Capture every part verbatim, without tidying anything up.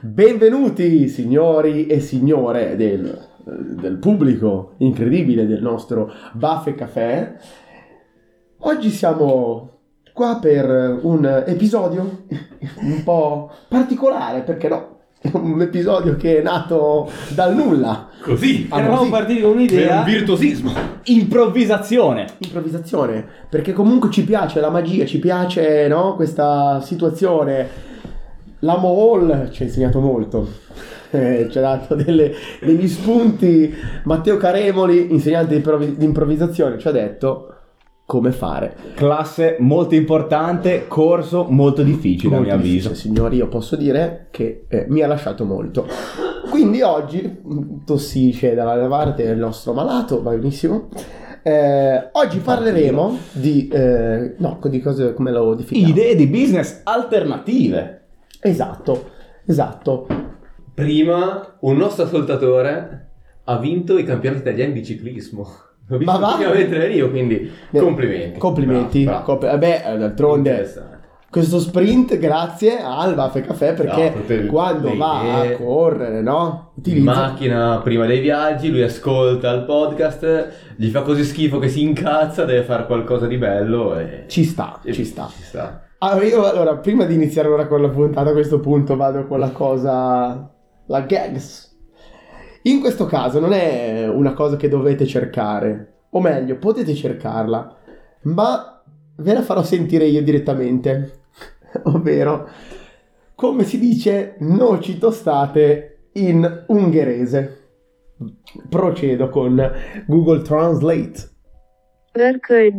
Benvenuti signori e signore del, del pubblico incredibile del nostro Buffet Café. Oggi siamo qua per un episodio un po' particolare, perché no? Un episodio che è nato dal nulla. Così. Eravamo partiti con un'idea. Per un virtuosismo. Improvvisazione. Improvvisazione, perché comunque ci piace la magia, ci piace, no? Questa situazione. La Mohol ci ha insegnato molto, eh, ci ha dato delle, degli spunti. Matteo Caremoli, insegnante di, improvvis- di improvvisazione, ci ha detto come fare. Classe molto importante, corso molto difficile, Molto a mio avviso. difficile, signori, io posso dire che eh, mi ha lasciato molto. Quindi oggi tossisce dalla parte il nostro malato, va benissimo. Eh, oggi parleremo di eh, no, di cose, come lo definiamo? Idee di business alternative. Esatto, esatto. Prima un nostro ascoltatore ha vinto i campionati italiani di ciclismo. L'ho visto Ma va? praticamente io, quindi complimenti. Complimenti. Bravo, bravo. Compl- vabbè, d'altronde Interessante. questo sprint grazie al Buffet Café, perché No, per quando le va idee. a correre, no? In Utilizza macchina prima dei viaggi, lui ascolta il podcast, gli fa così schifo che si incazza, deve fare qualcosa di bello e... ci sta, e ci sta. Ci sta. Ah, io allora, prima di iniziare ora con la puntata, a questo punto vado con la cosa, la gags. In questo caso non è una cosa che dovete cercare, o meglio, potete cercarla, ma ve la farò sentire io direttamente, ovvero come si dice noci tostate in ungherese. Procedo con Google Translate. Örköd.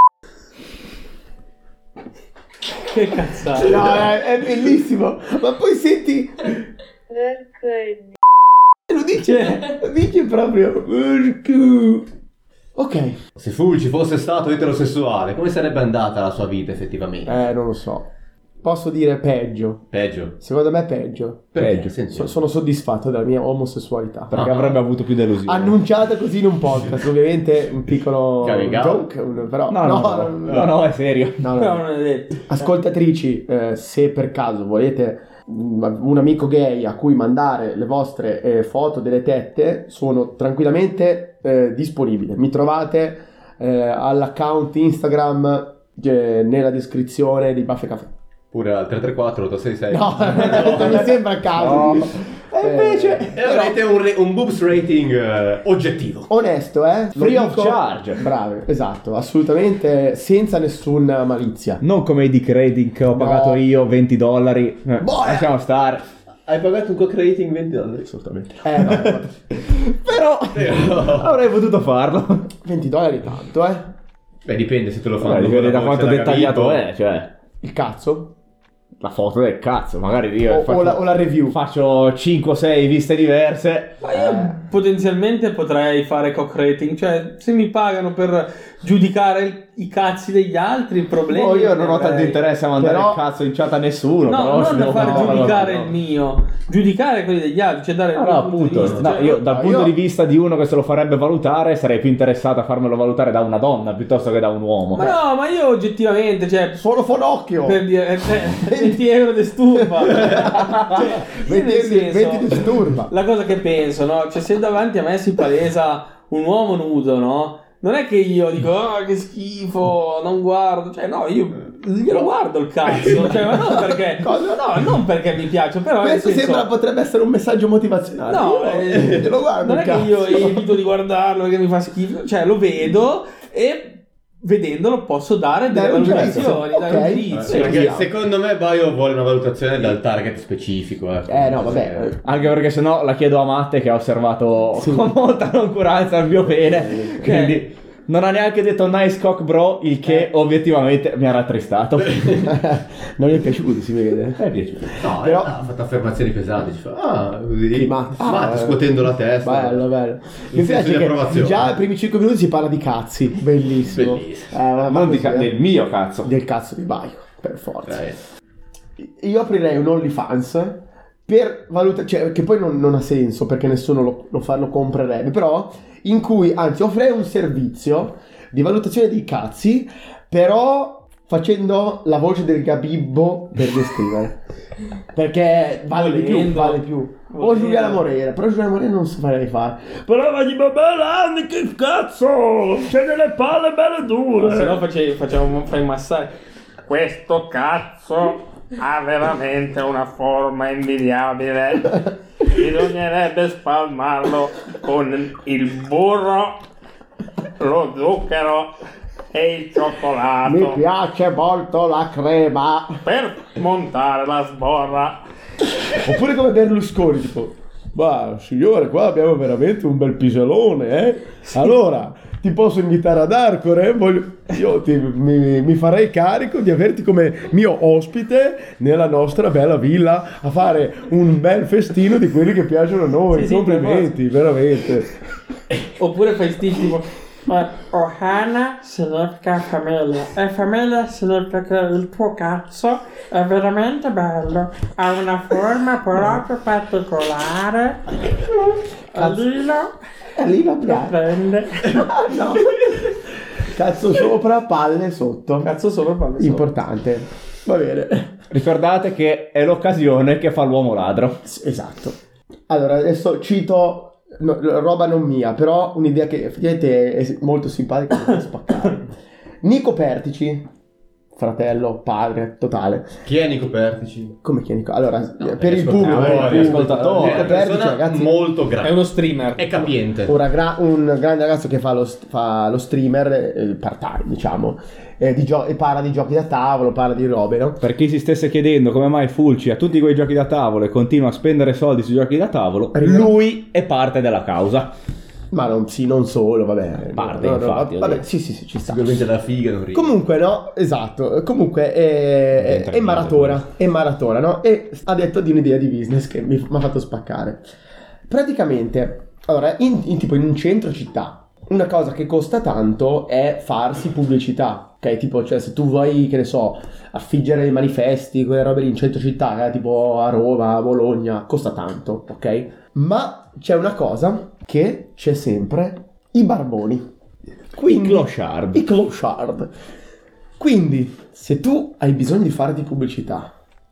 Che cazzata. No, è, è bellissimo, ma poi senti, Örköd. lo dice, lo dice proprio. Ok, Se Fulci fosse stato eterosessuale, come sarebbe andata la sua vita effettivamente? eh, non lo so. Posso dire peggio. Peggio. Secondo me peggio. Perché? Peggio. Senti. So- sono soddisfatto della mia omosessualità. Perché Ah. avrebbe avuto più delusioni. Annunciata così in un podcast, ovviamente un piccolo Coming out. joke, un- però No, no, no, no, no, è serio. no, no. Però non è detto. Ascoltatrici, eh, se per caso volete un un amico gay a cui mandare le vostre eh, foto delle tette, sono tranquillamente eh, disponibile. Mi trovate eh, all'account Instagram eh, nella descrizione di Buffet Café. Pure al tre tre quattro otto sei sei. No, non mi sembra a caso. No. E invece E avrete un, re- un boobs rating eh, oggettivo. onesto, eh? Free of charge. Bravo, esatto, assolutamente senza nessuna malizia. Non come i dick rating che ho No. pagato io, venti dollari. Eh, Boh, eh. lasciamo stare. Hai pagato un cock rating venti dollari? Assolutamente. Eh, no, no. Però Avrei potuto farlo. venti dollari tanto, eh? Beh, dipende se te lo fanno. Vabbè, dipende da con la quanto voce da dettagliato Gabibbo. è, cioè. Il cazzo? La foto del cazzo, magari io O, faccio, o la, o la review. faccio cinque o sei viste diverse. Ma io potenzialmente potrei fare cock rating, cioè se mi pagano per giudicare il- i cazzi degli altri, il problema. Oh, io non ho tanto interesse a mandare Però- il cazzo in chat a nessuno. No, però se non devo fare fare una giudicare cosa, il no. mio, giudicare quelli degli altri, cioè dare No, il no, mio punto appunto, di vista. no, cioè, io dal no, punto io- di vista di uno che se lo farebbe valutare sarei più interessato a farmelo valutare da una donna piuttosto che da un uomo. Ma no, ma io oggettivamente, cioè, Solo Fonocchio. per dire, eh, eh, venti euro disturba. Cioè, io venti nel senso, venti disturba. la cosa che penso, no? Cioè, se davanti a me si palesa un uomo nudo, no? Non è che io dico, oh, che schifo, non guardo. Cioè, no, io glielo guardo il cazzo. Cioè, ma non perché, Cosa? no, non perché mi piace, però nel Questo senso, sembra potrebbe essere un messaggio motivazionale. no, Io- eh, lo guardo non è il che io cazzo. evito di guardarlo perché mi fa schifo. Cioè, lo vedo e vedendolo posso dare delle Dai un valutazioni, giudizio. dare un Ok. giudizio. Perché Vediamo. secondo me Baio vuole una valutazione dal target specifico. ecco. Eh no, vabbè. Anche perché sennò la chiedo a Matte che ha osservato Sì. con molta noncuranza il mio pene. Quindi non ha neanche detto nice cock bro, il che obiettivamente mi ha rattristato. Non gli è piaciuto, si vede. Mi è piaciuto. No, Però- eh, ha fatto affermazioni pesanti. Ci fa, ah, così. Sì, ma- Matt, ah, scuotendo la testa. Bello, bello. Mi In senso piace di che approvazione. già ai primi cinque minuti si parla di cazzi. Bellissimo. Bellissimo. Eh, ma- ma Non di così, ca- eh. del mio cazzo. Del cazzo di Baio, per forza. Dai. Io aprirei un OnlyFans per valutare, cioè che poi non, non ha senso perché nessuno lo, lo, fa, lo comprerebbe, però in cui anzi offrirei un servizio di valutazione dei cazzi, però facendo la voce del Gabibbo per descrivere. Perché vale di più, Volendo. vale più. O Volendo. Giuliana Morena, però Giuliana Morena non si farei fare. Però ma di Babelani, che cazzo! C'è delle palle belle dure! Se no face- facciamo fai massaggi. Questo cazzo ha veramente una forma invidiabile. Bisognerebbe spalmarlo con il burro, lo zucchero e il Mi cioccolato piace molto la crema. per montare la sborra. Oppure come Berlusconi, tipo, ma signore, qua abbiamo veramente un bel piselone, eh? Allora, ti posso invitare ad Arcore? Voglio- Io ti- mi, mi farei carico di averti come mio ospite nella nostra bella villa a fare un bel festino di quelli che piacciono a noi. Sì, sì, Complimenti, veramente. Oppure fai sti tipo Ohana significa famiglia e famiglia significa che il tuo cazzo è veramente bello, ha una forma proprio particolare. Cazzo. Lilo E lì lo lo piace. prende. No. Cazzo sopra, palle sotto. Cazzo sopra palle sopra. Importante. Va bene. Ricordate che è l'occasione che fa l'uomo ladro. Sì, esatto. Allora, adesso cito no, roba non mia, però un'idea che effettivamente è molto simpatica da spaccare. Nico Pertici, fratello, padre, totale. Chi è Nico Pertici? Come chi è Nico? Allora, No, per il gli pubblico, ascoltatori, per il gli pubblico, ascoltatori. È Nico una Pertici, persona ragazzi, molto È grande. uno streamer. È capiente. un, gra- un grande ragazzo che fa lo, st- fa lo streamer eh, part-time, diciamo, eh, di gio- e parla di giochi da tavolo, parla di robe, no? Per chi si stesse chiedendo come mai Fulci ha tutti quei giochi da tavolo e continua a spendere soldi sui giochi da tavolo, Arriva- lui è parte della causa. Ma non, sì, non solo, vabbè. Parte, infatti, vabbè, oddio. sì, sì, sì, ci sta. Sicuramente la figa non ride. Comunque, no, esatto. Comunque è, è, Entra è in maratona. mente, È maratona, no? E ha detto di un'idea di business che mi mi ha fatto spaccare. Praticamente, allora, in, in tipo in un centro città, una cosa che costa tanto è farsi pubblicità. Ok, tipo, cioè, se tu vuoi, che ne so, affiggere i manifesti, quelle robe lì in centro città, eh, tipo a Roma, a Bologna, costa tanto, ok? Ma c'è una cosa che c'è sempre: i barboni. Quindi, I clochard. I clochard. Quindi, se tu hai bisogno di fare di pubblicità,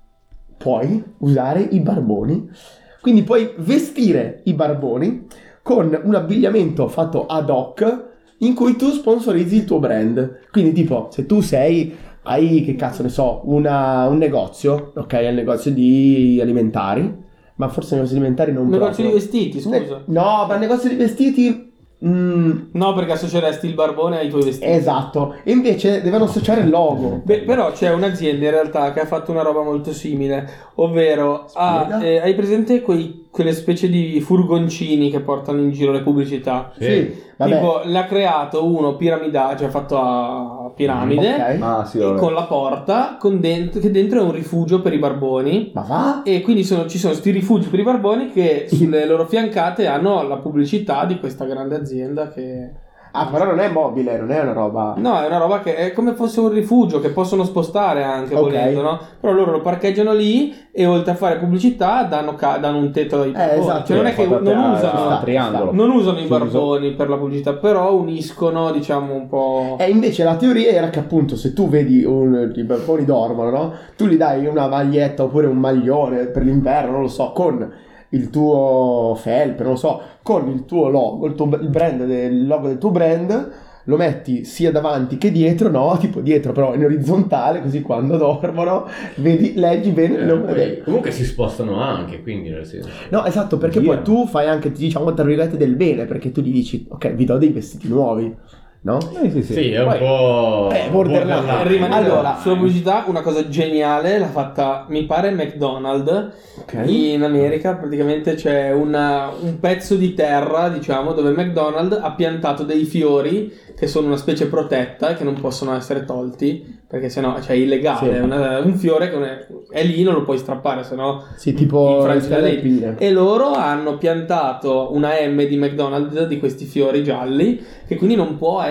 puoi usare i barboni. Quindi puoi vestire i barboni con un abbigliamento fatto ad hoc in cui tu sponsorizzi il tuo brand. Quindi, tipo, se tu sei, hai, che cazzo ne so, una, un negozio, ok, è il negozio di alimentari, ma forse i negozi alimentari non Un negozio di proprio. vestiti, scusa. Ne- no, ma il negozio di vestiti... mm, No, perché associeresti il barbone ai tuoi vestiti. esatto. E invece devono associare il logo. Beh, però c'è un'azienda in realtà che ha fatto una roba molto simile, ovvero ha, Spiega. eh, hai presente quei, quelle specie di furgoncini che portano in giro le pubblicità? Sì, vabbè. Tipo l'ha creato uno piramidale, cioè fatto a piramide, Ok. Ah, sì, e vabbè. con la porta, con dentro, che dentro è un rifugio per i barboni. Ma va? E quindi sono- ci sono questi rifugi per i barboni che sulle loro fiancate hanno la pubblicità di questa grande azienda che... Ah, però non è mobile, non è una roba... No, è una roba che è come fosse un rifugio che possono spostare anche Ok. volendo, no? Però loro lo parcheggiano lì e oltre a fare pubblicità danno, ca- danno un tetto ai barboni. esatto. Cioè non è che Fatta non a- usano, a triangolo. non usano i Scusa. barboni per la pubblicità, però uniscono, diciamo, un po'... E invece la teoria era che appunto se tu vedi un, i barboni dormono, no? Tu gli dai una maglietta oppure un maglione per l'inverno, non lo so, con il tuo felpe, non lo so, con il tuo logo, il, tuo, il brand, del, il logo del tuo brand, lo metti sia davanti che dietro, no? Tipo dietro però in orizzontale, così quando dormono vedi, leggi bene il nome. Eh, comunque si spostano anche, quindi nel senso. No, esatto, perché Via. poi tu fai anche, diciamo, tra virgolette del bene, perché tu gli dici, ok, vi do dei vestiti nuovi, no? Sì, sì, sì. Sì, è un Poi- po'... Eh, borderline. E rimanendo Allora- sulla pubblicità, una cosa geniale l'ha fatta, mi pare, McDonald's. Ok. In America praticamente c'è una- un pezzo di terra, diciamo, dove McDonald's ha piantato dei fiori che sono una specie protetta e che non possono essere tolti perché sennò cioè, è illegale. Sì. È una- un fiore che non è, è lì, non lo puoi strappare, sennò Sì, tipo infrangi la le legge. alpine. E loro hanno piantato una M di McDonald's di questi fiori gialli che quindi non può essere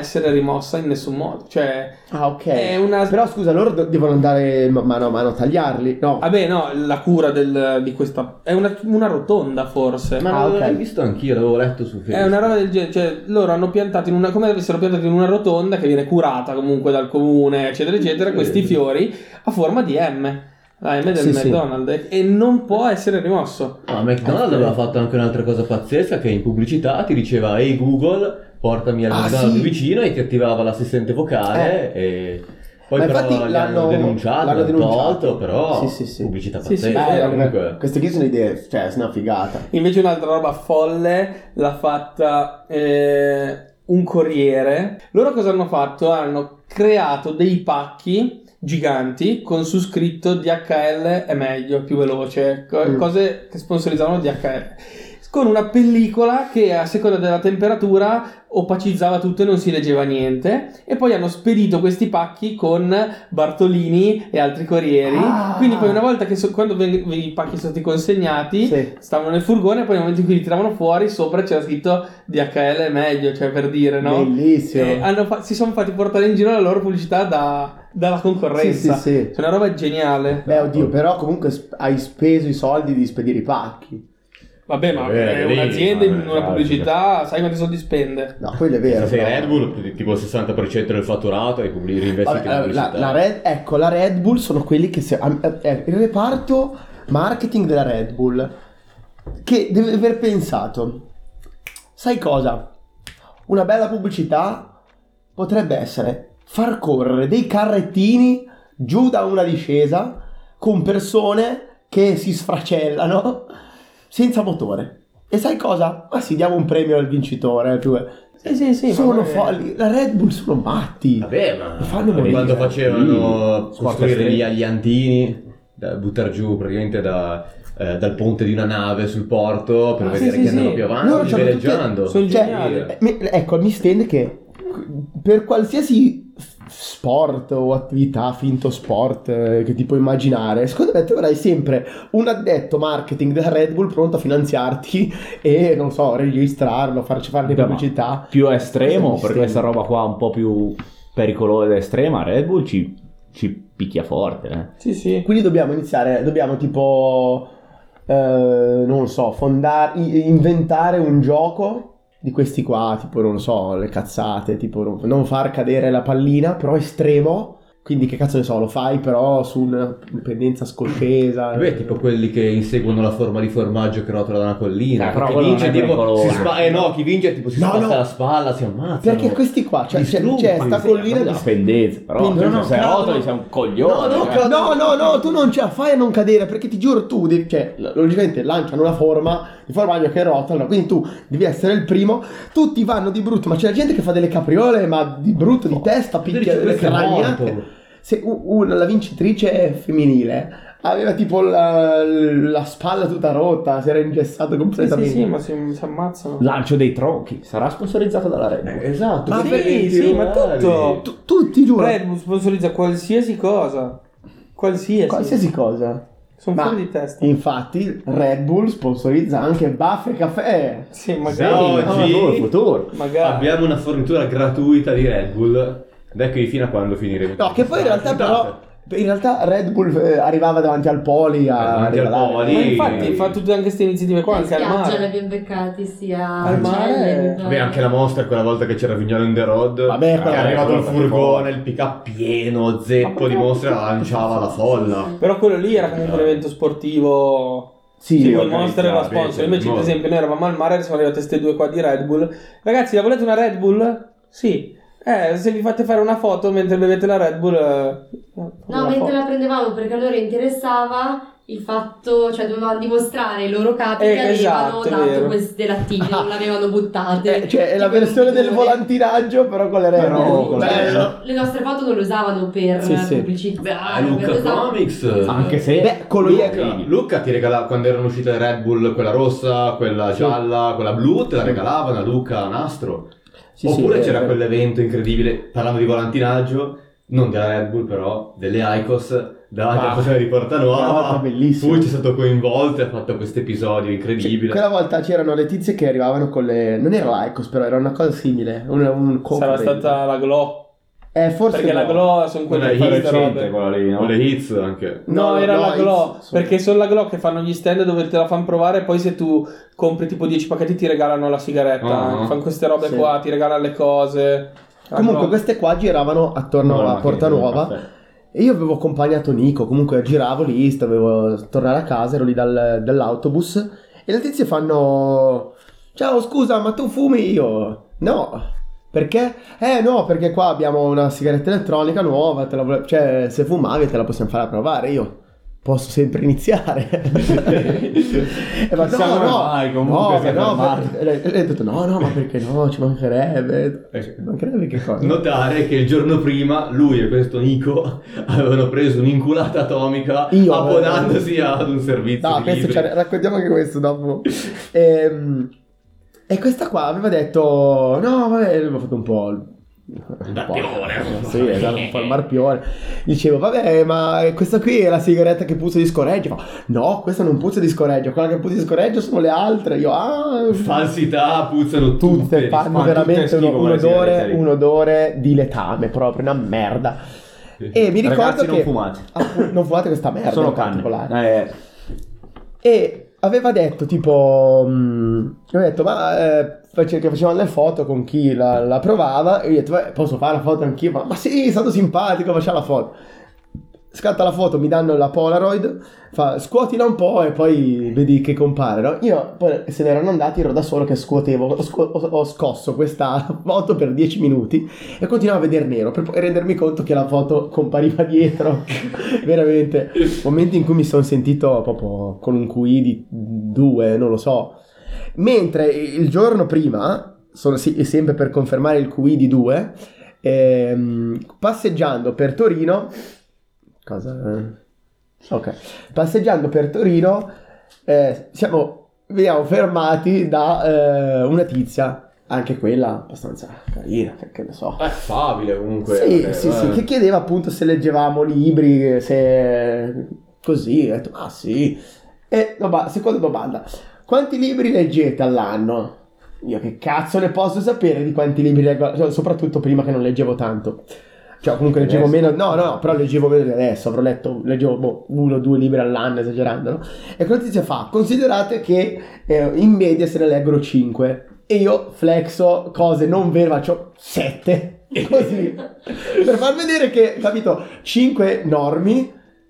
essere rimossa in nessun modo. Cioè, Ah, ok. è una... Però scusa, loro do- devono andare ma- mano a mano a tagliarli. No. Vabbè, no, la cura del, di questa... È una, una rotonda, forse. Ma Ah, non ok. l'ho visto anch'io, l'avevo letto su Facebook. È una roba del genere, cioè loro hanno piantato in una, come se avessero piantato in una rotonda che viene curata comunque dal comune, eccetera, eccetera, Sì. questi fiori a forma di M, la M del Sì, sì. McDonald's, e non può essere rimosso. No, McDonald's Ok. aveva fatto anche un'altra cosa pazzesca, che in pubblicità ti diceva ehi Google, portami al Ah, McDonald's sì. più vicino, e ti attivava l'assistente vocale e poi Ma però infatti li l'hanno- hanno denunciato, l'hanno l'hanno denunciato. tolto, però Sì, sì, sì. pubblicità Sì, sì, pazzesca. eh, comunque. Queste qui sono idee, cioè, è una figata. Invece un'altra roba folle l'ha fatta eh, un corriere. Loro cosa hanno fatto? Hanno creato dei pacchi giganti con su scritto D H L è meglio, più veloce, co- Mm. cose che sponsorizzavano D H L, con una pellicola che a seconda della temperatura opacizzava tutto e non si leggeva niente, e poi hanno spedito questi pacchi con Bartolini e altri corrieri. Ah. Quindi poi una volta che so- quando ven- i pacchi sono stati consegnati, Sì. stavano nel furgone, e poi nel momento in cui li tiravano fuori sopra c'era scritto D H L è meglio, cioè per dire, no? Bellissimo. E hanno fa- si sono fatti portare in giro la loro pubblicità da- dalla concorrenza. Sì, sì, sì. C'è una roba geniale. Beh, oddio, però comunque sp- hai speso i soldi di spedire i pacchi. Vabbè, ma Vabbè, è lì, un'azienda in ma- una ma- pubblicità, sai quanti soldi spende? No, quello è vero. Se sei però. Red Bull, tipo il sessanta per cento del fatturato hai pubblic- reinvestito Vabbè, in la, pubblicità. la Red, ecco, la Red Bull sono quelli che se, è il reparto marketing della Red Bull che deve aver pensato, sai cosa? Una bella pubblicità potrebbe essere far correre dei carrettini giù da una discesa con persone che si sfracellano senza motore. E sai cosa? Ma sì, diamo un premio al vincitore. più- Sì, sì, sì. sono vabbè. folli. La Red Bull sono matti. Vabbè, ma Mi fanno morire. quando facevano Sì. costruire Sport gli aliantini, da buttare giù praticamente da, eh, dal ponte di una nave sul porto per Ah, vedere sì, chi sì, andava sì. più Loro avanti, c'hanno veleggiando. tutte- sono Cioè, geniali. eh, mi- ecco, mi stende che per qualsiasi f- sport o attività finto sport eh, che ti puoi immaginare, secondo me troverai sempre un addetto marketing della Red Bull pronto a finanziarti e non so, registrarlo, farci fare le Beh, ma pubblicità. più estremo, Cosa mi per questa stende? roba qua un po' più pericolosa ed estrema, Red Bull ci, ci picchia forte. Eh. Sì, sì. Quindi dobbiamo iniziare, dobbiamo tipo, eh, non lo so, fondare, i- inventare un gioco di questi qua, tipo, non lo so, le cazzate, tipo non- non far cadere la pallina, però estremo, quindi che cazzo ne so, lo fai però su una pendenza scoscesa. Beh, tipo quelli che inseguono la forma di formaggio che rotola da una collina. Eh, però chi quello vince non è tipo pericoloso. si spa- eh no, chi vince tipo si No, spassa no. la spalla, si ammazza. Perché questi qua, cioè, c'è, Distruggi. c'è sta Sì, collina la di... pendenza, però Quindi, cioè, no, no, se cavolo. rotoli sei un coglione. No, no, eh. cavolo. No, no, no, tu non ce la fai a non cadere, perché ti giuro tu, devi- cioè, logicamente lanciano una forma di formaggio che rotola, quindi tu devi essere il primo, tutti vanno di brutto, ma c'è la gente che fa delle capriole, ma di brutto, di testa, picchia delle Questo è cragnate. morto. Se u- una, la vincitrice femminile aveva tipo la, la spalla tutta rotta, si era ingessato Sì, sì, completamente. sì, ma si, si ammazzano. Lancio dei tronchi, sarà sponsorizzato dalla Red Bull. Eh, esatto. Ma sì, questi sì, ma rivali. tutto. Tu- tutti giuro, Red Bull sponsorizza qualsiasi cosa. Qualsiasi. qualsiasi cosa. Sono Ma fuori di testa. infatti Red Bull sponsorizza anche Baff e Caffè. Sì, Sì, magari. oggi- futuro, futuro. Magari. Abbiamo una fornitura gratuita di Red Bull. Ed ecco fino a quando finiremo. No, che poi in realtà Puntate. però in realtà Red Bull eh, arrivava davanti al Poli a Davanti al regalare. Poli. Ma infatti fa tutte anche queste iniziative qua, anche al spiaggia mare. li abbiamo beccati sia Al mare. Vabbè, anche la Monster quella volta che c'era Vignolo in the Road. Vabbè, che è quella- arrivato il quella- furgone, il pick up pieno, zeppo di Monster, lanciava la folla. Però quello lì era comunque un evento sportivo. Sì, Sì, il organizzato, Monster era sì, sponsor. Invece, no. ad esempio, noi eravamo al mare e sono arrivate queste due qua di Red Bull. Ragazzi, la volete una Red Bull? Sì. Eh, se vi fate fare una foto mentre bevete la Red Bull. eh, No, una mentre foto. la prendevamo perché a loro interessava il fatto, cioè dovevano dimostrare ai loro capi Eh, che avevano esatto, è dato vero. queste lattine, non le avevano buttate. Eh, cioè è la Tipo versione in del cultura. volantinaggio però con le Red Però Bull. con le- Bello. Le nostre foto non le usavano per Sì, sì. pubblicizzare. Ah, Luca le usavano- Comics. Anche se Beh, quello lì è- Luca, Luca ti regalava quando erano uscite le Red Bull, quella rossa, quella gialla, quella blu, te la regalavano a Luca Nastro. Sì, sì, Oppure è c'era vero. quell'evento incredibile, parlando di volantinaggio, non della Red Bull però, delle Icos davanti Ah. alla stazione di Porta Una volta Nuova. bellissimo. Poi c'è stato coinvolto e ha fatto questo episodio incredibile. Quella volta c'erano le tizie che arrivavano con le... Non era l'Icos, però era una cosa simile. Un, un Sarà concorrente. stata la Glow. Eh, forse Perché no. la Glow sono quelle Quella che fanno è queste recente robe. quella lì, no? Con le hits anche. No, No, era no, la Glow, it's- perché sono la Glow che fanno gli stand dove te la fanno provare e poi se tu compri tipo dieci pacchetti ti regalano la sigaretta, Ah. fanno queste robe Sì. qua, ti regalano le cose. La Comunque Glow. queste qua giravano attorno No, a ma Porta che- Nuova caffè. e io avevo accompagnato Nico, comunque giravo lì, dovevo tornare a casa, ero lì dal- dall'autobus e le tizie fanno ciao scusa ma tu fumi? Io no, perché? Eh no, perché qua abbiamo una sigaretta elettronica nuova, te la vole- cioè se fumavi te la possiamo fare provare, io posso sempre iniziare. E ma Chissà no, come no, mai, comunque no, si è no, fermato. per- e lei ha detto no, no, ma perché no, ci mancherebbe. Ci mancherebbe che cosa? Notare che il giorno prima lui e questo Nico avevano preso un'inculata atomica Io, abbonandosi ad un servizio No, di questo, libri. cioè, raccontiamo anche questo dopo. Ehm, e questa qua aveva detto: no, vabbè, aveva fatto un po'. il- un Barpione. po', sì, esatto, un po' il marpione. Dicevo, vabbè, ma questa qui è la sigaretta che puzza di scoreggio. Fa, no, questa non puzza di scoreggio, quella che puzza di scoreggio sono le altre. Io, ah, Falsità, puzzano tutte. tutte fanno tutte veramente schifo uno- un, quelle odore, sigarette lì. un odore di letame, proprio una merda. E mi ricordo Ragazzi, che non fumate. appunto, non fumate questa merda Sono in canne. particolare. Eh, E aveva detto tipo mh, aveva detto ma eh, face- che facevamo le foto con chi la, la provava e io ho detto "Beh, posso fare la foto anch'io?" Ma, ma sì, è stato simpatico, facciamo la foto. Scatta la foto, mi danno la Polaroid, fa scuotila un po' e poi vedi che compare, no? Io poi se ne erano andati, ero da solo che scuotevo, ho, scu- ho- ho scosso questa foto per dieci minuti e continuavo a vedere nero per poi rendermi conto che la foto compariva dietro. Veramente, momenti in cui mi sono sentito proprio con un Q I di due, non lo so. Mentre il giorno prima, sono sì, sempre per confermare il Q I di due, ehm, passeggiando per Torino. Cosa? Ok. Passeggiando per Torino, eh, siamo, veniamo fermati da eh, una tizia, anche quella abbastanza carina, che, che ne so. Affabile comunque. Sì, vabbè, sì, sì, eh. che chiedeva appunto se leggevamo libri, se così, ho detto, ah sì. E doba- seconda domanda, quanti libri leggete all'anno? Io che cazzo ne posso sapere di quanti libri leggo, cioè, soprattutto prima che non leggevo tanto. Cioè comunque leggevo Adesso? meno, no no, però leggevo meno di adesso, avrò letto, leggevo boh, uno o due libri all'anno esagerando, no? E quella tizia fa, considerate che eh, in media se ne leggono cinque e io flexo cose non vere, faccio sette, così, per far vedere che, capito, cinque normi,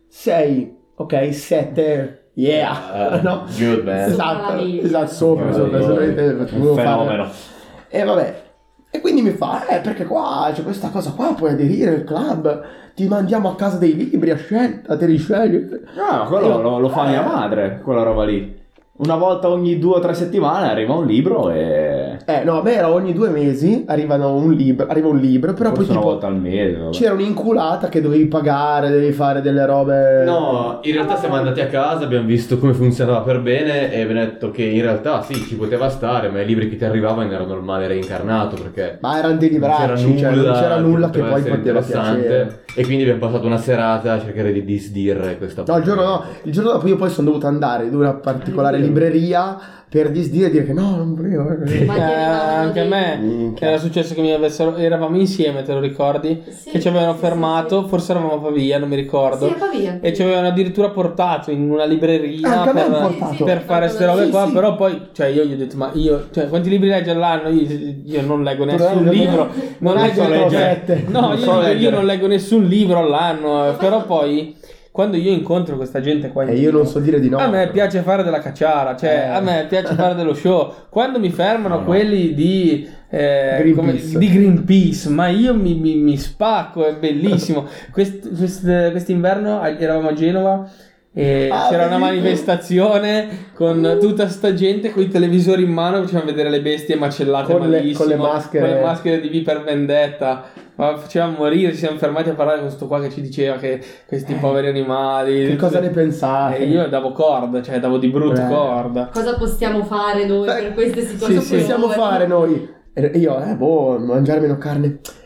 sei, ok, sette, yeah, no? good man. Esatto, Sopra la media. esatto, sopra, sopra, assolutamente, Un volevo fare- fenomeno. e vabbè, e quindi mi fa, eh, perché qua c'è questa cosa qua, puoi aderire al club, ti mandiamo a casa dei libri a scelta, te li scegli. No, quello Io- lo, lo fa mia madre, quella roba lì. Una volta ogni due o tre settimane arriva un libro e... Eh, no, a me era ogni due mesi arrivano un libro, arriva un libro, però Forse poi una tipo volta al mese. vabbè. c'era un'inculata che dovevi pagare, devi fare delle robe... No, in realtà siamo andati a casa, abbiamo visto come funzionava per bene e abbiamo detto che in realtà sì, ci poteva stare, ma i libri che ti arrivavano erano il male reincarnato perché Ma erano dei non c'era libracci, nulla, cioè non c'era nulla che poteva poi essere poteva piacere. interessante. E quindi abbiamo passato una serata a cercare di disdirre questa No, il giorno no, il giorno dopo io poi sono dovuto andare in una particolare libreria per disdire e dire che no, non volevo. Ma Eh, ti arrivavano anche a dei- me Minchia. era successo che mi avessero, eravamo insieme, te lo ricordi? Sì, che ci avevano sì, fermato, sì, sì. forse eravamo a Pavia, non mi ricordo. Sì, a Pavia. E ci avevano addirittura portato in una libreria Anche a me per, hanno portato. per fare queste robe Sì, qua. sì. Però poi, cioè, io gli ho detto, ma io, cioè, quanti libri leggi all'anno? Io, io non leggo nessun leggi- libro. Non non leggo leggi leggere. sette. No, Non io, so dico, io leggere. non leggo nessun libro all'anno. eh, Però poi, quando io incontro questa gente qua in E io giro, non so dire di no. a me piace fare della cacciara, cioè Eh. a me piace fare dello show. Quando mi fermano No, no. quelli di, eh, come- Greenpeace. di Greenpeace, ma io mi, mi- mi spacco, è bellissimo. Quest- quest- quest'inverno a- eravamo a Genova e Ah, c'era una bellissimo. manifestazione con tutta sta gente con i televisori in mano che facevano vedere le bestie macellate Con le- malissimo, con le maschere. con le maschere di V per Vendetta. Ma faceva morire, ci siamo fermati a parlare con questo qua che ci diceva che questi poveri animali. Che cosa ne pensate? E io davo corda, cioè davo di brutto Eh. corda. Cosa possiamo fare noi Beh, per queste situazioni? Cosa possiamo fare noi? E io, eh, boh, mangiare meno carne.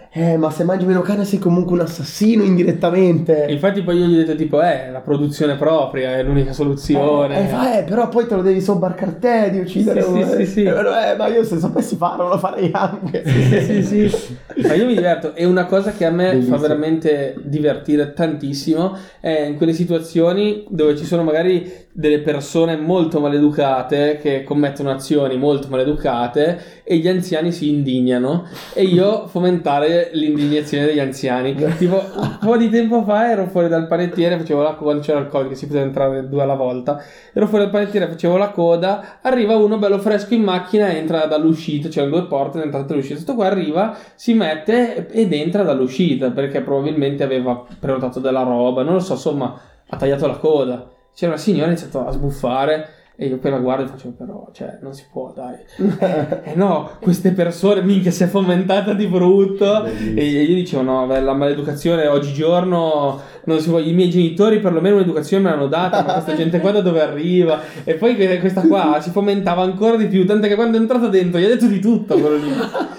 eh ma se mangi meno carne sei comunque un assassino indirettamente. E infatti poi io gli ho detto tipo eh la produzione propria è l'unica soluzione. Eh, eh, fa, eh, però poi te lo devi sobbarcar te di uccidere. Sì, sì, sì, sì. Eh, eh, ma io se sapessi farlo lo farei anche. Sì, sì, sì. Ma io mi diverto. E una cosa che a me Bellissimo. fa veramente divertire tantissimo è in quelle situazioni dove ci sono magari delle persone molto maleducate che commettono azioni molto maleducate e gli anziani si indignano e io fomentare l'indignazione degli anziani. Tipo un po' di tempo fa ero fuori dal panettiere, facevo la coda, c'era il Covid che si poteva entrare due alla volta, ero fuori dal panettiere, facevo la coda, arriva uno bello fresco in macchina, entra dall'uscita, c'erano due porte, entrata e l'uscita, questo qua arriva, si mette ed entra dall'uscita perché probabilmente aveva prenotato della roba, non lo so, insomma ha tagliato la coda. C'era una signora, ha iniziato a sbuffare e io poi la guardo e faccio però, cioè, non si può, dai. Eh no, queste persone, minchia, si è fomentata di brutto. Bellissimo. E io dicevo, no, beh, la maleducazione oggigiorno, non si può, i miei genitori perlomeno un'educazione me l'hanno data, ma questa gente qua da dove arriva? E poi questa qua si fomentava ancora di più, tanto che quando è entrata dentro gli ha detto di tutto quello lì.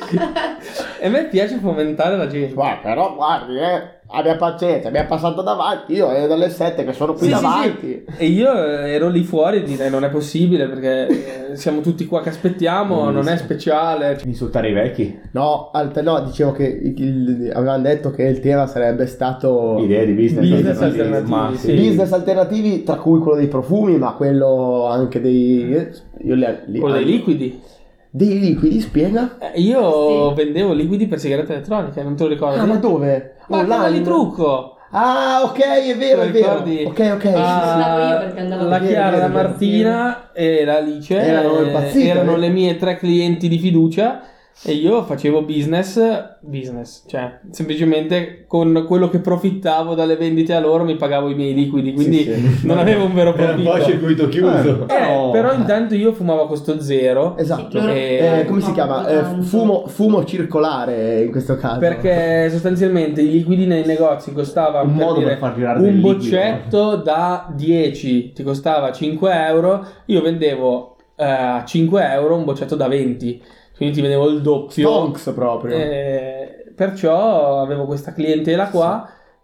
E a me piace fomentare la gente. Guarda, però guardi, eh, abbia pazienza, mi è passato davanti, io ero dalle sette che sono qui Sì, sì, davanti. sì. E io ero lì fuori e direi non è possibile perché eh, siamo tutti qua che aspettiamo, non è speciale. Insultare i vecchi. No, alt- no, dicevo che il- il- avevano detto che il tema sarebbe stato Idee di business, Business alternativi. alternativi, Ma sì. business alternativi, tra cui quello dei profumi, ma quello anche dei... Io li, li- Quello dei liquidi. Dei liquidi, spiega? Eh, io Sì. vendevo liquidi per sigarette elettroniche, non te lo ricordi? Ah, ma dove? Ma canale di trucco. Ah, ok, è vero, Te è lo vero. ricordi? Ok, ok. Ah, Andavo io perché andavo la via, Chiara, via, la via, Martina e la Alice Erano eh, impazzite, erano eh? le mie tre clienti di fiducia e io facevo business, business, cioè semplicemente con quello che profittavo dalle vendite a loro mi pagavo i miei liquidi, quindi Sì, sì. non avevo un vero Era un po' profitto. circuito chiuso. Eh, No. però intanto io fumavo a costo zero. Esatto. Sì, loro- Eh, Eh, come si chiama? Eh, tanto. fumo, fumo circolare in questo caso. Perché sostanzialmente i liquidi nei negozi costavano Un per modo dire, per far girare un del liquido. boccetto da dieci ti costava cinque euro, io vendevo eh, a cinque euro un boccetto da venti, quindi ti vendevo il doppio. Stonks proprio. Eh, perciò avevo questa clientela qua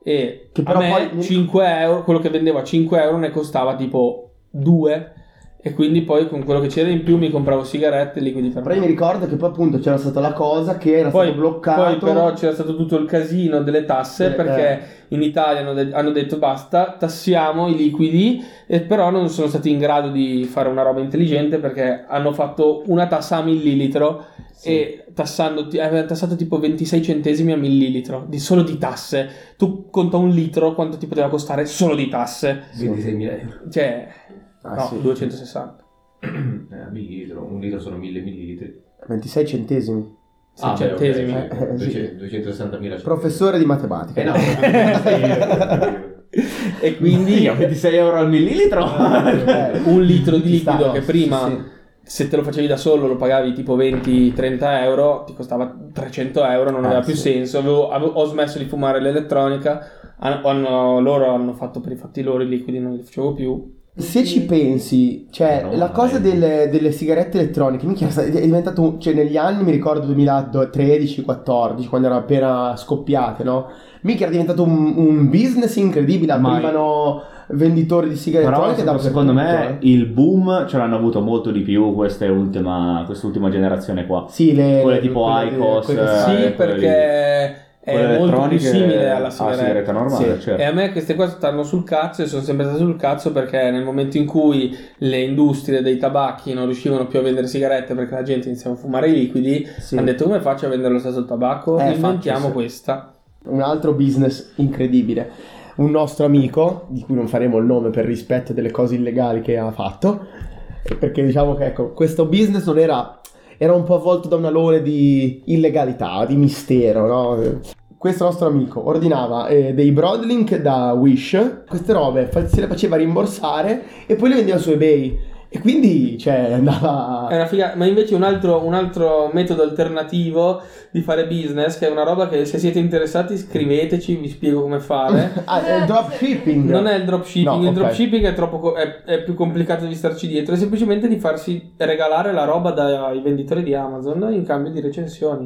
e Che a però me poi- cinque euro, quello che vendevo a cinque euro ne costava tipo due e quindi poi con quello che c'era in più mi compravo sigarette e liquidi per Però io mi ricordo che poi appunto c'era stata la cosa che era poi, stato bloccato. poi però c'era stato tutto il casino delle tasse Eh, perché in Italia hanno, de- hanno detto basta, tassiamo i liquidi e però non sono stati in grado di fare una roba intelligente perché hanno fatto una tassa a millilitro e tassando, avevano tassato tipo ventisei centesimi a millilitro di, solo di tasse. Tu conta un litro quanto ti poteva costare solo di tasse, ventiseimila euro. cioè Ah, no, sì. duecentosessanta. Eh, millilitro, un litro sono mille millilitri. ventisei centesimi. sei Ah, beh, centesimi. ok, sì. Eh, eh, sì. Duecento- duecentosessantamila Professore di matematica. Eh no, E quindi Quindi a ventisei euro al millilitro. Eh, un litro di ci sta, liquido no? che prima Sì, sì. se te lo facevi da solo lo pagavi tipo venti trenta euro, ti costava trecento euro, non Ah, aveva più sì. senso. Avevo- avevo- ho smesso di fumare l'elettronica, hanno- hanno- loro hanno fatto per i fatti loro i liquidi, non li facevo più. Se ci pensi, cioè No, la cosa dai. delle, delle sigarette elettroniche, minchia, è diventato, un- cioè negli anni mi ricordo duemilatredici quattordici, quando erano appena scoppiate, no? Minchia, era diventato un, un business incredibile, Ma- aprivano venditori di sigarette Però elettroniche secondo, secondo me dappertutto, eh. il boom ce l'hanno avuto molto di più queste ultima, quest'ultima generazione qua. Sì, le, Quelle tipo quelle- Icos, quelle- Eh, sì, quelle perché Quelle è molto più elettroniche simile alla alla sigaretta. sigaretta normale, Sì. certo. E a me queste cose stanno sul cazzo e sono sempre state sul cazzo perché nel momento in cui le industrie dei tabacchi non riuscivano più a vendere sigarette perché la gente iniziava a fumare i liquidi, Sì. hanno detto come faccio a vendere lo stesso tabacco? Eh, Inventiamo faccio, sì. questa. Un altro business incredibile. Un nostro amico, di cui non faremo il nome per rispetto delle cose illegali che ha fatto, perché diciamo che ecco, questo business non era, era un po' avvolto da una lore di illegalità, di mistero, no? Questo nostro amico ordinava eh, dei Broadlink da Wish, queste robe fa- se le faceva rimborsare e poi le vendeva su eBay. E quindi, cioè, andava... È una figa- ma invece un altro, un altro metodo alternativo di fare business, che è una roba che se siete interessati scriveteci, vi spiego come fare. Ah, è il dropshipping. Non è il dropshipping, No, il ok. dropshipping è, troppo co- è, è più complicato di starci dietro, è semplicemente di farsi regalare la roba dai venditori di Amazon in cambio di recensioni.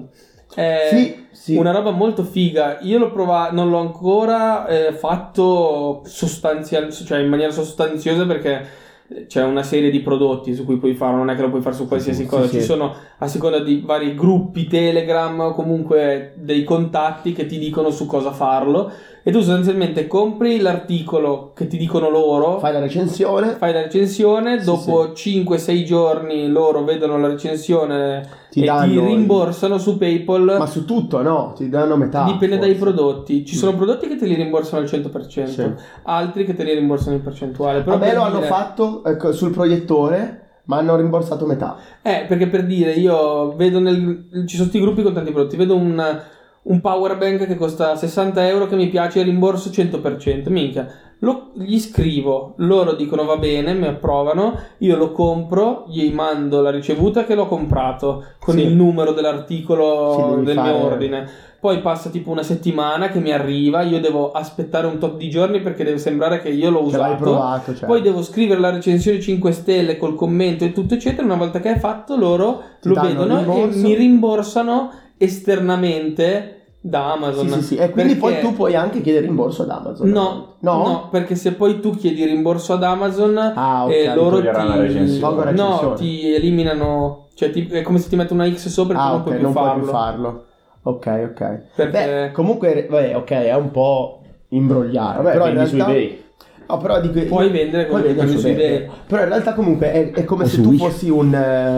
È Sì, sì. una roba molto figa. Io l'ho provato, non l'ho ancora eh, fatto sostanzial, cioè in maniera sostanziosa, perché c'è una serie di prodotti su cui puoi farlo, non è che lo puoi fare su qualsiasi sì, cosa. sì, Ci sì. sono, a seconda di vari gruppi Telegram o comunque dei contatti che ti dicono su cosa farlo, e tu sostanzialmente compri l'articolo che ti dicono loro, Fai la recensione, fai la recensione, Sì, dopo cinque sei giorni loro vedono la recensione Ti e ti danno- rimborsano su PayPal. ma su tutto no, ti danno metà. Dipende forse. dai prodotti. Ci sono prodotti che te li rimborsano al cento per cento, Sì. altri che te li rimborsano in percentuale. Però A me per lo hanno dire- fatto ecco, sul proiettore, ma hanno rimborsato metà. Eh, perché per dire, io vedo nel... ci sono questi gruppi con tanti prodotti, vedo un, un power bank che costa sessanta euro che mi piace, rimborso cento per cento, minchia. Lo, gli scrivo, loro dicono va bene, mi approvano, io lo compro, gli mando la ricevuta che l'ho comprato con Sì. il numero dell'articolo Sì, devi del fare- mio ordine. Poi passa tipo una settimana che mi arriva, io devo aspettare un tot di giorni perché deve sembrare che io l'ho Ce l'hai usato. provato, cioè. Poi devo scrivere la recensione cinque stelle col commento e tutto eccetera. Una volta che è fatto loro Ti lo danno vedono il rimborso. e mi rimborsano esternamente da Amazon. Sì, sì, sì. E quindi Perché- poi tu puoi anche chiedere rimborso ad Amazon. No, No? no, perché se poi tu chiedi rimborso ad Amazon, Ah, ok. eh, loro toglieranno la ti, recensione. Tolgono la no, recensione. ti eliminano, cioè ti- è come se ti mettono una X sopra e tu Ah, non ok, puoi più non farlo. puoi più farlo. Ok, ok. Perché- Beh, comunque, vabbè, ok, è un po' imbrogliato. Vabbè, però in vendi su realtà... eBay. No, però dico, Puoi vendere puoi come vendere su su eBay. eBay. Però in realtà comunque è, è come O se su tu Wish. fossi un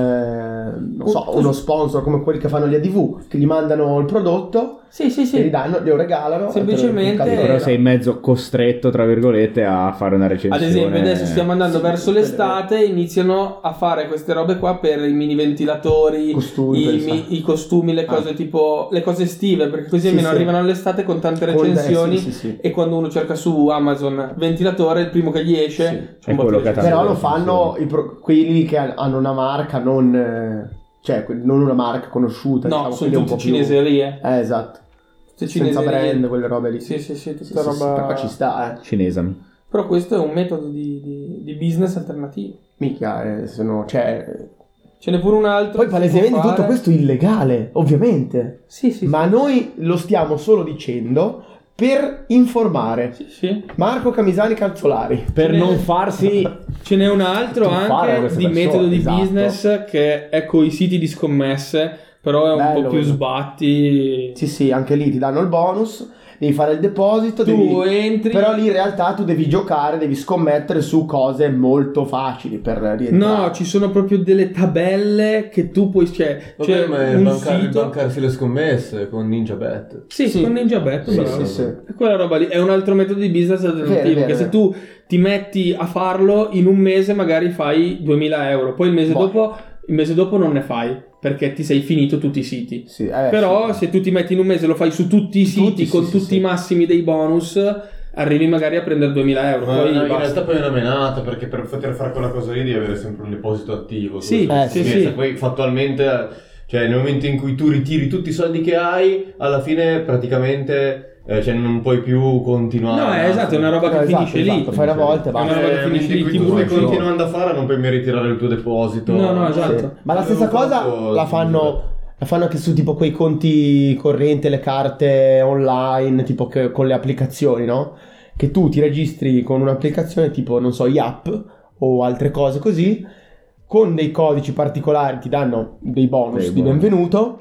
eh, non so, Tu- uno sponsor come quelli che fanno gli A D V, che gli mandano il prodotto, Sì, sì, te li sì. danno, glielo regalano. Semplicemente- e te lo- Però sei in mezzo costretto, tra virgolette, a fare una Ad recensione. esempio adesso stiamo andando Sì, verso quelle- l'estate, iniziano a fare queste robe qua per i mini ventilatori, Costumi, per i, il mi- sacco. i costumi, le Ah. cose tipo le cose estive, perché così Sì, almeno sì. arrivano all'estate con tante Con- eh, recensioni sì, sì, sì. e quando uno cerca su Amazon ventilatore, il primo che gli esce Sì. c'è un È botto quello di che recensioni. Però lo fanno i pro- quelli che han- hanno una marca non eh, cioè que- non una marca conosciuta, No, diciamo, sono quelli un tutte po' più- cineserie. Eh, esatto. Tutte Senza cineserie. brand, quelle robe lì. Sì, sì, sì, Sì, tutta sì, sì, roba. però ci sta, eh. Cinesami. Però questo è un metodo di, di- di business alternativo. Mica, eh, sono, cioè... Ce n'è pure un altro. Poi che si palesemente può tutto fare. questo illegale, ovviamente. Sì, sì. Ma noi lo stiamo solo dicendo per informare. sì, sì. Marco Camisani Calzolari. Per Ce n'è- non farsi... Ce n'è un altro Truffare anche queste di persone, metodo di esatto. business che è con i siti di scommesse, però è un Bello, po' più quello. sbatti. Sì, sì, anche lì ti danno il bonus, devi fare il deposito, Tu devi... entri. Però lì in realtà tu devi giocare, devi scommettere su cose molto facili per rientrare. No, ci sono proprio delle tabelle che tu puoi. Cioè, Vabbè, c'è ma il, un banca- il sito. bancarsi le scommesse con NinjaBet. Sì, Sì. con NinjaBet, Sì, bravo. sì, sì. È quella roba lì, è un altro metodo di business alternativo. Vero, vero, che se vero. tu ti metti a farlo in un mese, magari fai duemila euro, poi il mese Boh. dopo, il mese dopo non ne fai perché ti sei finito tutti i siti. Sì, eh, Però sì. se tu ti metti in un mese, lo fai su tutti i siti Tutti, sì, con sì, tutti sì. i massimi dei bonus, arrivi magari a prendere duemila euro. Ma Poi no, in basta. realtà poi è una menata, perché per poter fare quella cosa lì devi avere sempre un deposito attivo. Sì, sulla eh, sì, scommessa. sì. Poi fattualmente, cioè nel momento in cui tu ritiri tutti i soldi che hai, alla fine praticamente eh, cioè, non puoi più continuare. No, è esatto, è una roba No, che esatto, finisce esatto, lì. fai una volta e È una basta. roba che Nel momento finisce in lì, cui ti tu stai bruci. continuando a fare, non puoi mai ritirare il tuo deposito. No, no, Sì. esatto. Ma la stessa Avevo cosa fatto- la fanno, la fanno anche su tipo quei conti correnti, le carte online, tipo che, con le applicazioni, no? Che tu ti registri con un'applicazione tipo, non so, Yap o altre cose così, con dei codici particolari ti danno dei bonus Dei di bonus. benvenuto,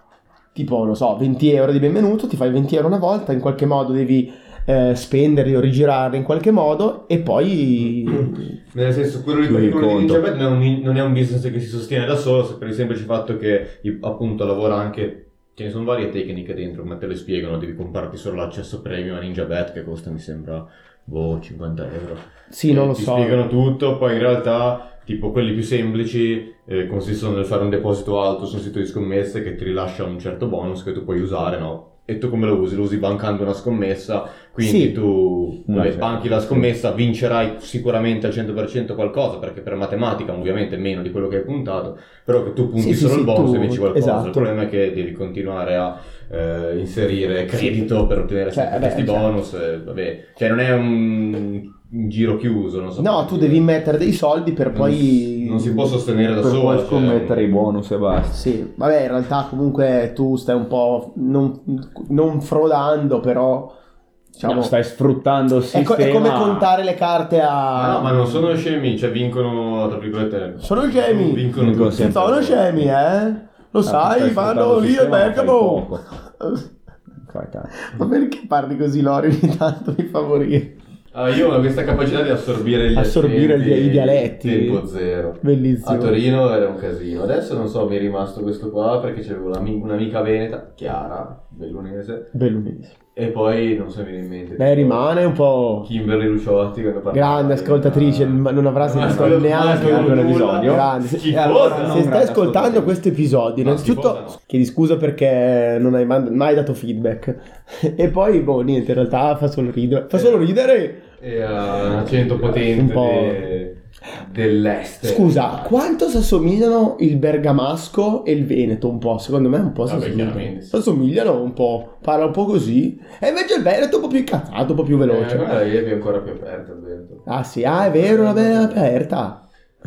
tipo, non so, venti euro di benvenuto, ti fai venti euro una volta, in qualche modo devi eh, spenderli o rigirarli in qualche modo e poi... Nel senso, quello, Chiudi di, il quello di conto. NinjaBet non è, un, non è un business che si sostiene da solo, per il semplice fatto che i- appunto lavora anche. Ce ne sono varie tecniche dentro, ma te le spiegano, devi comprarti solo l'accesso premium a NinjaBet che costa, mi sembra, boh, cinquanta euro. Sì, non E lo ti so. spiegano tutto, poi in realtà, tipo quelli più semplici, eh, consistono nel fare un deposito alto su un sito di scommesse che ti rilascia un certo bonus che tu puoi usare, no? E tu come lo usi? Lo usi bancando una scommessa, quindi Sì. tu No, vai, esatto. banchi la scommessa, vincerai sicuramente al cento per cento qualcosa, perché per matematica ovviamente è meno di quello che hai puntato, però che tu punti Sì, sì, solo sì, il bonus tu- e vinci qualcosa. esatto. Il problema è che devi continuare a eh, inserire credito per ottenere Cioè, sempre beh, questi cioè. bonus, eh, vabbè, cioè non è un, un giro chiuso, non so. No, come tu dire. devi mettere dei soldi per Non poi... s- non si può sostenere da Per solo. poi cioè, scommettere i bonus e basta. Sì, vabbè, in realtà comunque tu stai un po' non, non frodando, però diciamo No, stai sfruttando il è, co- sistema. è come contare le carte Ma a... no, ma non sono scemi, cioè vincono, tra virgolette... Sono scemi. Vincono Vincono tutti. sempre. Sono scemi, eh? Lo Ah, sai, stai vanno sfruttando il lì al sistema, fai Bergamo. poco. Fai tanto. Ma perché parli così, Lori? Ogni tanto mi favorire. Ah, io ho questa capacità di assorbire gli Assorbire accenti, gli- i dialetti. Tempo zero. Bellissimo. A Torino era un casino. Adesso non so, mi è rimasto questo qua perché c'avevo l'ami- un'amica veneta, Chiara, bellunese, Bellissimo. e poi non so, mi viene in mente. Lei rimane un po'... Kimberly Luciotti. quando parlava Grande di- ascoltatrice, ah, ma non avrà ma sentito quello- neanche ma un quello episodio. Grande. Schifosa. E allora Se non stai grande ascoltando ascoltatrice. questo episodio, No, innanzitutto schifosa no. chiedi scusa perché non hai man- mai dato feedback. E poi, boh, niente, in realtà fa solo ridere. Fa solo ridere. E ha un accento potente Un po'. de- dell'est. Scusa, quanto si assomigliano il bergamasco e il veneto un po'? Secondo me un po' si Vabbè, assomigliano. chiaramente sì. Si assomigliano un po', parla un po' così. E invece il veneto è un po' più incazzato, un po' più veloce. Eh, guarda, lei è ancora più aperta, il vento. Ah sì, ah è vero, vabbè, aperta.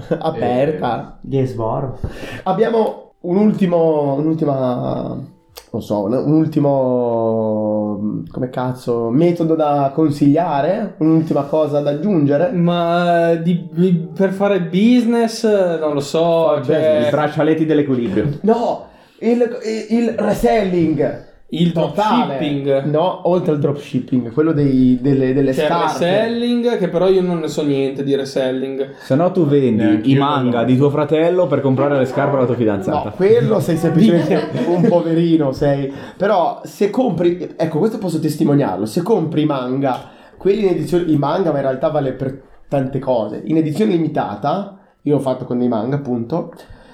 Aperta. Yes, varo. Abbiamo un ultimo, un'ultima, non so, un, un ultimo, come cazzo, metodo da consigliare? Un'ultima cosa da aggiungere? Ma di- di- per fare business, non lo so, I cioè, braccialetti dell'equilibrio. No, il, il reselling. il Totale. dropshipping. No, oltre al dropshipping, quello dei, delle, delle C'è il scarpe. reselling, che però io non ne so niente di reselling. Se no tu vendi Neanche i io manga non lo di tuo fratello per comprare le scarpe alla tua No, fidanzata. quello sei semplicemente un poverino, sei. Però se compri, ecco, questo posso testimoniarlo, se compri manga, quelli in edizione, i manga, ma in realtà vale per tante cose, in edizione limitata, io l'ho fatto con dei manga appunto,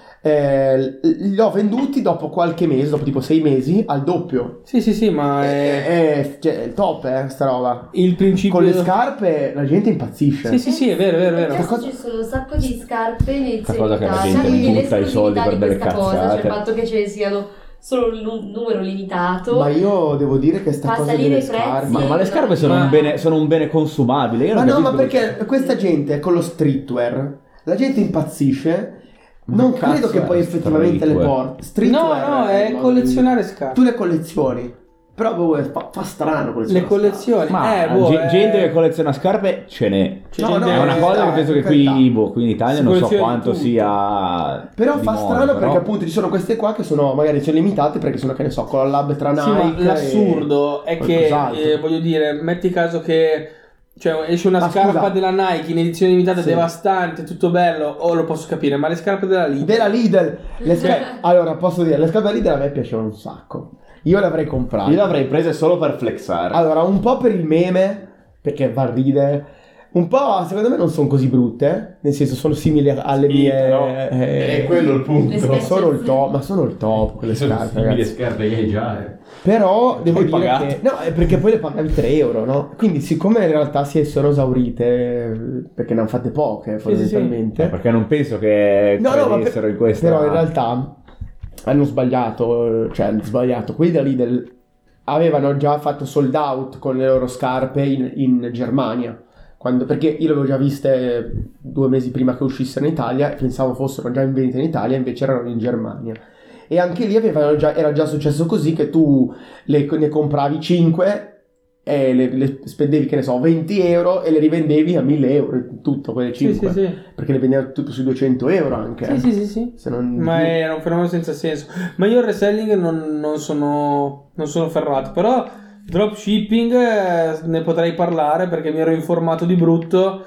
eh, li ho venduti dopo qualche mese, dopo tipo sei mesi, al doppio. Sì, sì, sì, ma è È, è, cioè, è top, eh, sta roba. il principio. Con le scarpe la gente impazzisce. Sì, sì, sì, è vero, è vero, è vero. Adesso cosa- ci sono un sacco di scarpe in edizione cosa che la limitata, gente quindi butta i soldi l'esclusività per di delle questa cosa, cioè cazzate. il fatto che ce ne siano solo un nu- numero limitato. Ma io devo dire che sta Fa cosa salire delle i prezzi. scarpe... Ma, ma le scarpe sono, Ma- un bene, sono un bene consumabile. Io Ma non no, ma capisco perché questa gente con lo streetwear, la gente impazzisce, non Cazzo credo che è poi effettivamente le streetwear? porti. No, Streetwear no, il è modo collezionare di- scarpe. Tu le collezioni, però boh, fa, fa strano collezionare Le collezioni. Ma eh, boh, ge- è- gente che colleziona scarpe ce n'è. c'è No, gente- no, È una eh, cosa dai, che penso per che qui, carità. boh, qui in Italia Si non so colleziona quanto tutto. sia. Però di fa moda, strano però- perché appunto ci sono queste qua che sono magari sono limitate perché sono, che ne so, collab tra Sì, ma Nike l'assurdo e è che, qualcos'altro. eh, voglio dire, metti caso che cioè, esce una Ma scarpa scusa. della Nike in edizione limitata Sì. devastante, tutto bello, o lo posso capire, ma le scarpe della Lidl. Della Lidl. Le sca- allora, posso dire, le scarpe Lidl a me piacevano un sacco. Io le avrei comprate. Io le avrei prese solo per flexare. Allora, un po' per il meme, perché va a ridere. Un po', secondo me, non sono così brutte. Nel senso, sono simili alle Sì, mie. però eh, è quello il punto. Le ma scarpe- sono il top, ma sono il top quelle Sono scarpe, simili ragazzi. scarpe che hai già, eh. Però devo Hai dire pagato. che. No, è perché poi le pagavi tre euro, no? Quindi, siccome in realtà si sono esaurite, perché ne hanno fatte poche, sì. fondamentalmente. Eh, perché non penso che No, no, ma per- credessero in questa. però in realtà hanno sbagliato, cioè hanno sbagliato. Quelli da Lidl avevano già fatto sold out con le loro scarpe in, in Germania. Quando, perché io le avevo già viste due mesi prima che uscissero in Italia e pensavo fossero già in vendita in Italia, invece erano in Germania. E anche lì avevano già, era già successo così che tu le, ne compravi cinque e le, le spendevi, che ne so, venti euro e le rivendevi a mille euro, tutto quelle Sì, cinque. sì, sì. Perché le vendevano tutto sui duecento euro anche. Sì, eh. sì, sì, sì. Se non Ma più. era un fenomeno senza senso. Ma io il reselling non, non sono non sono ferrato. Però dropshipping eh, ne potrei parlare perché mi ero informato di brutto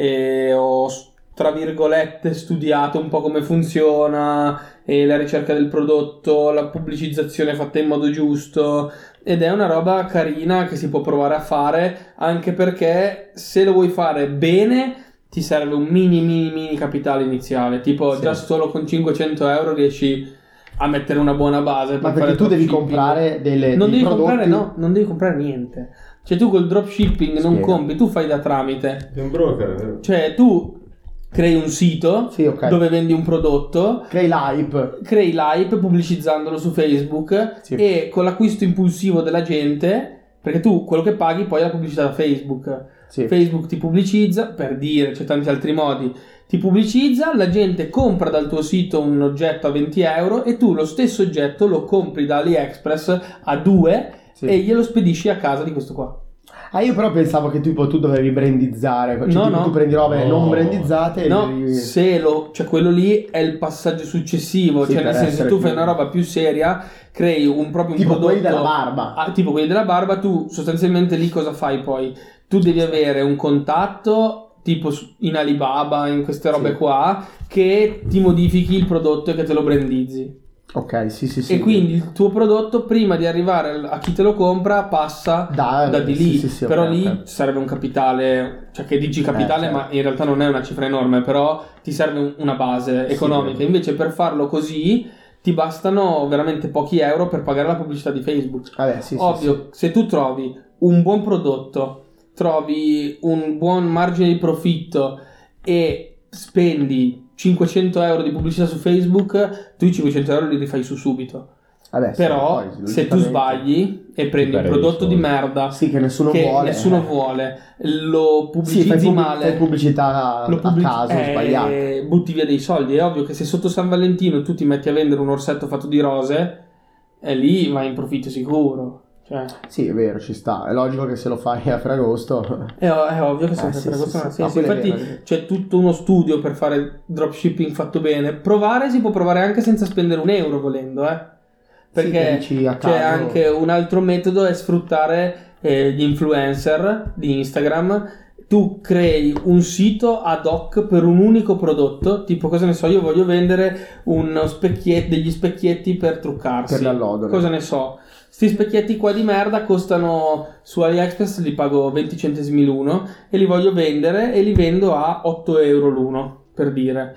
e ho, tra virgolette, studiato un po' come funziona e la ricerca del prodotto, la pubblicizzazione fatta in modo giusto, ed è una roba carina che si può provare a fare, anche perché se lo vuoi fare bene ti serve un mini mini mini capitale iniziale, tipo Sì. già solo con cinquecento euro riesci a mettere una buona base. Ma per perché fare tu devi dropshipping. comprare delle, non dei devi prodotti. comprare, no, non devi comprare niente. Cioè tu col dropshipping non Spiega. compri, tu fai da tramite. È un broker, è vero? Cioè tu crei un sito Sì, ok. dove vendi un prodotto, Crei l'hype. crei l'hype pubblicizzandolo su Facebook Sì. e con l'acquisto impulsivo della gente, perché tu quello che paghi poi è la pubblicità da Facebook. Sì. Facebook ti pubblicizza, per dire, c'è tanti altri modi, ti pubblicizza, la gente compra dal tuo sito un oggetto a venti euro e tu lo stesso oggetto lo compri da AliExpress a due Sì. e glielo spedisci a casa di questo qua. Ah, io però pensavo che tipo tu dovevi brandizzare. Cioè, No, tipo, no. tu prendi robe No. non brandizzate e No, devi- se lo, cioè quello lì è il passaggio successivo, Sì, cioè nel per senso se essere tu più- fai una roba più seria, crei un proprio un tipo prodotto quelli della barba. Ah, tipo quelli della barba, tu sostanzialmente lì cosa fai poi? Tu devi avere un contatto tipo su- in Alibaba, in queste robe Sì. qua, che ti modifichi il prodotto e che te lo brandizzi. Ok, sì, sì, sì. E quindi il tuo prodotto, prima di arrivare a chi te lo compra, passa Da- da di sì, lì. sì, sì, Però ok, lì ok. serve un capitale, cioè che dici capitale, Eh, certo. ma in realtà non è una cifra enorme, però ti serve un- una base Sì, economica. vero. Invece per farlo così ti bastano veramente pochi euro per pagare la pubblicità di Facebook. Vabbè, sì, sì, Ovvio, se tu trovi un buon prodotto, trovi un buon margine di profitto e spendi cinquecento euro di pubblicità su Facebook, tu i cinquecento euro li rifai su subito. sì. Vabbè, sì, Però poi, se tu logicamente- sbagli e prendi un perdi prodotto i di soldi. merda Sì, che nessuno che vuole. nessuno eh. vuole, lo Sì, pubblicizzi fai, pubblic- male, fai pubblicità lo pubblici- a caso, eh, sbagliato. butti via dei soldi. È ovvio che se sotto San Valentino tu ti metti a vendere un orsetto fatto di rose, e lì vai in profitto sicuro. Cioè, Sì, è vero, ci sta. È logico che se lo fai a Ferragosto. è, è ovvio che Eh, sempre sì, per sì, questo non ha sì. senso. No, quello è Infatti vero. c'è tutto uno studio per fare dropshipping fatto bene. Provare si può provare anche senza spendere un euro volendo, eh. Sì, che Perché dici a c'è caso. anche un altro metodo, è sfruttare eh, gli influencer di Instagram. Tu crei un sito ad hoc per un unico prodotto, tipo cosa ne so, io voglio vendere uno specchietto, degli specchietti per truccarsi. Per l'allodole. Cosa ne so. Sti specchietti qua di merda costano su AliExpress, li pago venti centesimi l'uno e li voglio vendere e li vendo a otto euro l'uno, per dire.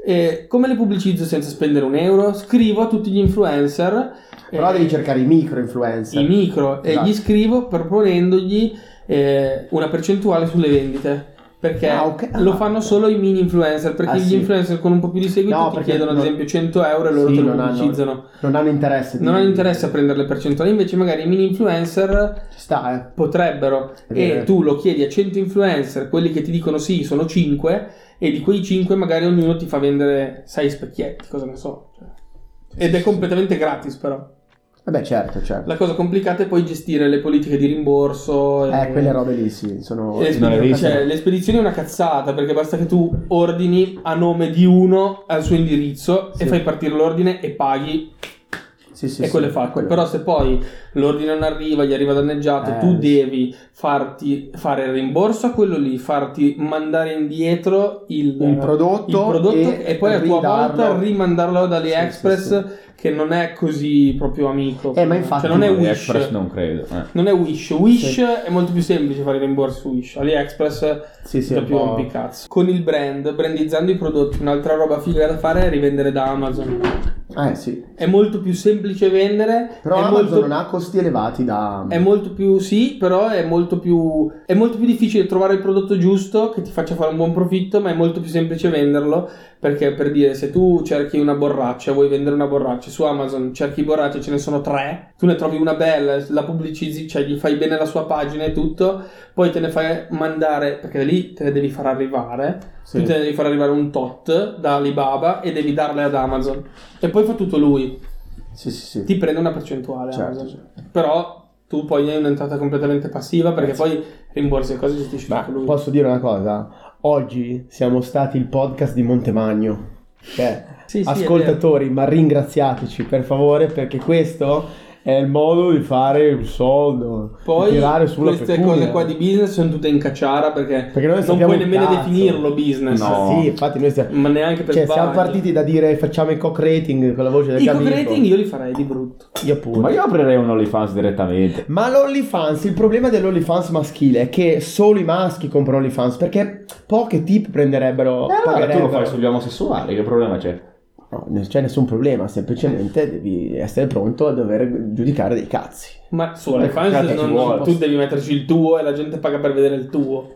E come li pubblicizzo senza spendere un euro? Scrivo a tutti gli influencer, Però eh, devi cercare i micro influencer. i micro, Esatto. e gli scrivo proponendogli eh, una percentuale sulle vendite. Perché Ah, ok. lo Ah, fanno ok. solo i mini influencer, perché Ah, gli sì. influencer con un po' più di seguito No, ti perché chiedono ad non- esempio cento euro e loro Sì, te lo non hanno- pubblicizzano. Non hanno interesse. di- Non hanno interesse a prendere le percentuali, invece magari i mini influencer Ci sta, eh. potrebbero, È vero. e tu lo chiedi a cento influencer, quelli che ti dicono sì sono cinque, e di quei cinque magari ognuno ti fa vendere sei specchietti, cosa ne so. Cioè. Ed è completamente gratis però. Vabbè, certo, certo. La cosa complicata è poi gestire le politiche di rimborso. Eh, e- quelle robe lì, sì, sono... e le, Non le spedi- viste? cioè, le spedizioni è una cazzata, perché basta che tu ordini a nome di uno al suo indirizzo Sì. e fai partire l'ordine e paghi. Sì, sì, E sì, quello è fatto. quello- Però se poi l'ordine non arriva, gli arriva danneggiato, Eh, tu sì. devi farti fare il rimborso a quello lì, farti mandare indietro il, Il prodotto il prodotto e e, poi a tua ridarlo. volta rimandarlo da AliExpress, Sì, sì, che non è così proprio amico. Eh, ma infatti- cioè non è AliExpress Wish. non credo. eh. Non è Wish. Wish Sì. è molto più semplice fare i rimborsi su Wish. AliExpress Sì, sì, è un più po'. rompicazzo. Con il brand, brandizzando i prodotti, un'altra roba figa da fare è rivendere da Amazon. Eh, sì. È molto più semplice vendere, Però è Amazon molto non ha costi elevati da... è molto più, sì, però è molto più è molto più difficile trovare il prodotto giusto che ti faccia fare un buon profitto, ma è molto più semplice venderlo, perché per dire, se tu cerchi una borraccia, vuoi vendere una borraccia su Amazon, cerchi borracce, ce ne sono tre, tu ne trovi una bella, la pubblicizzi, cioè gli fai bene la sua pagina e tutto, poi te ne fai mandare, perché da lì te ne devi far arrivare, Sì. tu te ne devi far arrivare un tot da Alibaba e devi darle ad Amazon, e poi fa tutto lui, Sì, sì, sì. ti prende una percentuale Certo, Amazon. certo. Però tu poi hai un'entrata completamente passiva, perché poi rimborsi le cose e gestisci Ma tutto lui. posso dire una cosa? Oggi siamo stati il podcast di Montemagno. Cioè, Sì, sì, è ascoltatori, ma ringraziateci per favore, perché questo è il modo di fare un soldo, Poi di tirare sulla queste pecunia. cose qua di business sono tutte in cacciara, perché, Perché noi non sappiamo puoi un nemmeno cazzo. definirlo business. No. Sì, infatti noi stiamo... Ma neanche per Cioè, sbaglio. siamo partiti da dire facciamo i cock rating con la voce del I mio cook amico. rating io li farei di brutto. Io pure. Ma io aprirei un OnlyFans direttamente. Ma l'OnlyFans, il problema dell'OnlyFans maschile è che solo i maschi comprano OnlyFans, perché poche tip prenderebbero, E allora tu lo pagherebbero. fai sugli omosessuali, che problema c'è? No, non c'è nessun problema, semplicemente devi essere pronto a dover giudicare dei cazzi. Ma su Eh, OnlyFans cazzo ci non- vuole. tu devi metterci il tuo e la gente paga per vedere il tuo.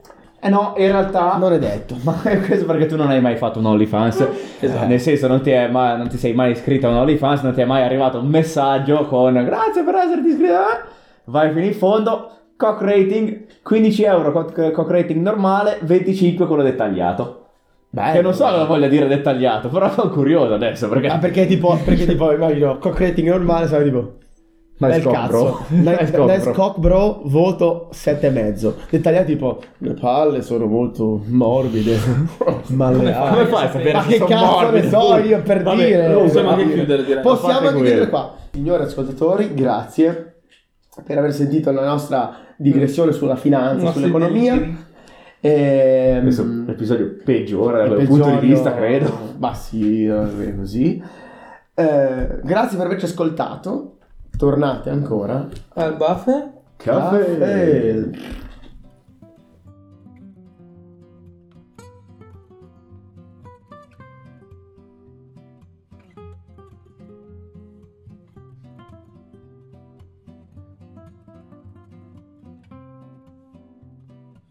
Eh no, in realtà... Non è detto. Ma questo perché tu non hai mai fatto un OnlyFans. Esatto. Nel senso, non ti, è mai, non ti sei mai iscritto a un OnlyFans, non ti è mai arrivato un messaggio con grazie per esserti iscritto. Vai fino in fondo, cock rating, quindici euro cock, cock rating normale, venticinque quello dettagliato. Bello. Che non so cosa voglia dire dettagliato, però sono curioso adesso perché... Ah, perché tipo, perché tipo, immagino, cock rating normale, sai tipo... Nice Bel cock, cazzo. bro. Nice, Nice cock, nice bro. cock, bro, voto sette e mezzo. Dettagliato tipo, le palle sono molto morbide. Malleabili. Come fai a sapere Ma se che sono cazzo morbide? ne so io per Vabbè, dire? lo Possiamo Va anche bene. chiudere, direi. Possiamo Fate anche quello. chiudere qua. Signori ascoltatori, grazie per aver sentito la nostra digressione sulla finanza, Nostri sull'economia. deliri. E, Questo è l'episodio peggiore dal episodio- punto di vista, credo. Ma sì, è così. Eh, grazie per averci ascoltato. Tornate ancora. Al buffet? Caffè.